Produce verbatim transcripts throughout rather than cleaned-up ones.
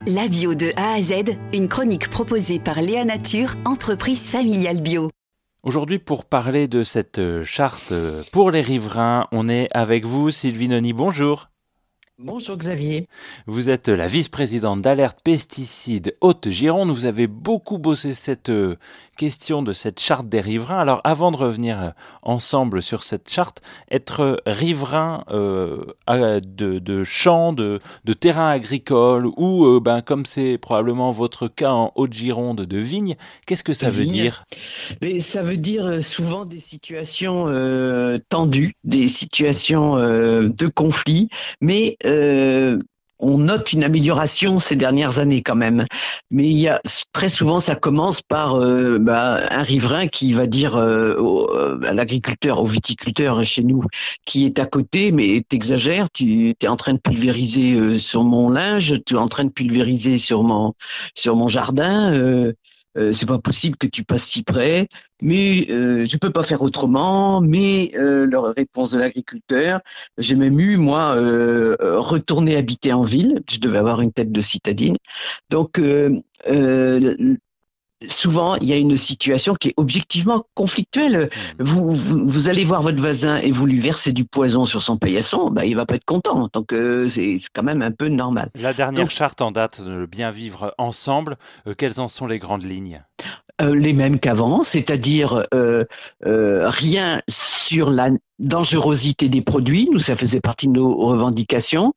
La bio de A à Z, une chronique proposée par Léa Nature, entreprise familiale bio. Aujourd'hui, pour parler de cette charte pour les riverains, on est avec vous, Sylvie Noni. Bonjour. Bonjour Xavier. Vous êtes la vice-présidente d'Alerte Pesticides Haute-Gironde. Vous avez beaucoup bossé cette question de cette charte des riverains. Alors, avant de revenir ensemble sur cette charte, être riverain euh, de, de champs, de, de terrains agricoles ou, euh, ben, comme c'est probablement votre cas en Haute-Gironde, de vignes, qu'est-ce que ça veut Vigne. dire ? Mais ça veut dire souvent des situations euh, tendues, des situations euh, de conflit, mais euh, on note une amélioration ces dernières années quand même. Mais il y a très souvent, ça commence par euh, bah, un riverain qui va dire euh, au, à l'agriculteur, au viticulteur chez nous, qui est à côté, mais t'exagères, tu es en train de pulvériser euh, sur mon linge, tu es en train de pulvériser sur mon sur mon jardin. Euh, Euh, c'est pas possible que tu passes si près, mais euh, je peux pas faire autrement. Mais euh, leur réponse de l'agriculteur, j'ai même eu moi euh, retourner habiter en ville. Je devais avoir une tête de citadine. Donc euh, euh, souvent, il y a une situation qui est objectivement conflictuelle. Vous, vous, vous allez voir votre voisin et vous lui versez du poison sur son paillasson, bah, il va pas être content. Donc, euh, c'est, c'est quand même un peu normal. La dernière Donc, charte en date de bien vivre ensemble, euh, quelles en sont les grandes lignes ? euh, les mêmes qu'avant, c'est-à-dire euh, euh, rien sur la dangerosité des produits. Nous, ça faisait partie de nos revendications.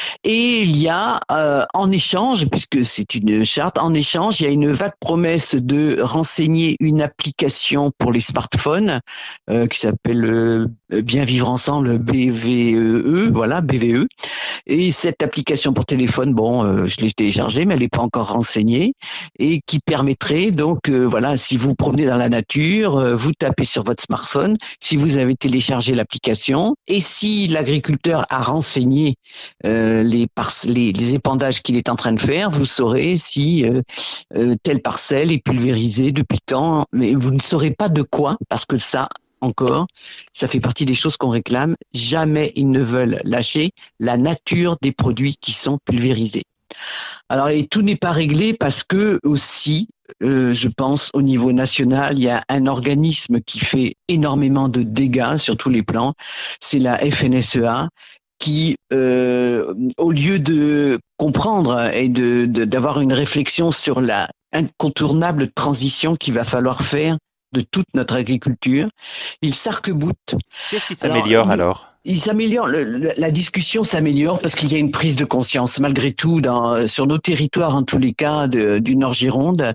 Et il y a, euh, en échange, puisque c'est une charte, en échange, il y a une vague promesse de renseigner une application pour les smartphones euh, qui s'appelle euh, Bien Vivre Ensemble, B V E, voilà, B V E. Et cette application pour téléphone, bon, euh, je l'ai téléchargée, mais elle n'est pas encore renseignée, et qui permettrait donc, euh, voilà, si vous vous promenez dans la nature, euh, vous tapez sur votre smartphone, si vous avez téléchargé l'application, et si l'agriculteur a renseigné euh, les, par- les, les épandages qu'il est en train de faire, vous saurez si euh, euh, telle parcelle est pulvérisée, depuis quand, mais vous ne saurez pas de quoi, parce que ça, encore, ça fait partie des choses qu'on réclame. Jamais ils ne veulent lâcher la nature des produits qui sont pulvérisés. Alors, et tout n'est pas réglé parce que aussi, euh, je pense, au niveau national, il y a un organisme qui fait énormément de dégâts sur tous les plans. C'est la F N S E A qui, euh, au lieu de comprendre et de, de, d'avoir une réflexion sur la incontournable transition qu'il va falloir faire de toute notre agriculture, il s'arc-boute. Qu'est-ce qui s'améliore alors, alors Il s'améliore, le, le, la discussion s'améliore parce qu'il y a une prise de conscience malgré tout dans, sur nos territoires, en tous les cas de, du Nord-Gironde.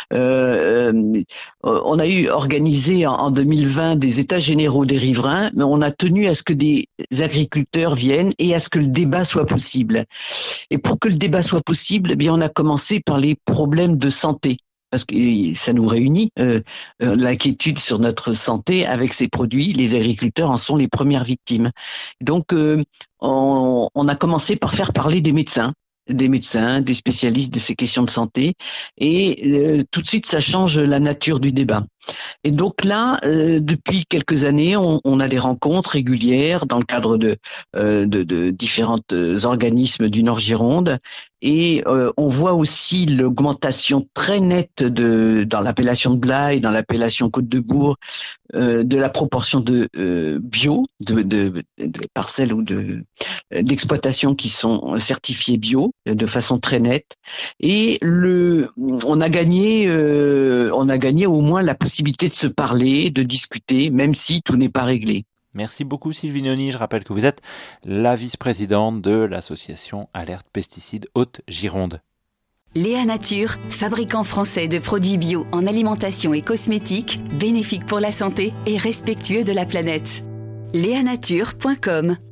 Euh, euh, on a eu organisé en, en deux mille vingt des états généraux des riverains, mais on a tenu à ce que des agriculteurs viennent et à ce que le débat soit possible. Et pour que le débat soit possible, eh bien on a commencé par les problèmes de santé. Parce que ça nous réunit, euh, euh, l'inquiétude sur notre santé avec ces produits. Les agriculteurs en sont les premières victimes. Donc, euh, on, on a commencé par faire parler des médecins, des médecins, des spécialistes de ces questions de santé, et euh, tout de suite, ça change la nature du débat. Et donc là, euh, depuis quelques années, on, on a des rencontres régulières dans le cadre de, euh, de, de différents organismes du Nord-Gironde, et euh, on voit aussi l'augmentation très nette de, dans l'appellation de Blaye, dans l'appellation Côte-de-Bourg, euh, de la proportion de euh, bio, de, de, de parcelles ou de d'exploitations qui sont certifiées bio de façon très nette. Et le, on a gagné, euh, on a gagné au moins la possibilité de se parler, de discuter, même si tout n'est pas réglé. Merci beaucoup Sylvie Noni. Je rappelle que vous êtes la vice-présidente de l'association Alerte Pesticides Haute-Gironde. Léa Nature, fabricant français de produits bio en alimentation et cosmétiques, bénéfiques pour la santé et respectueux de la planète. léa nature point com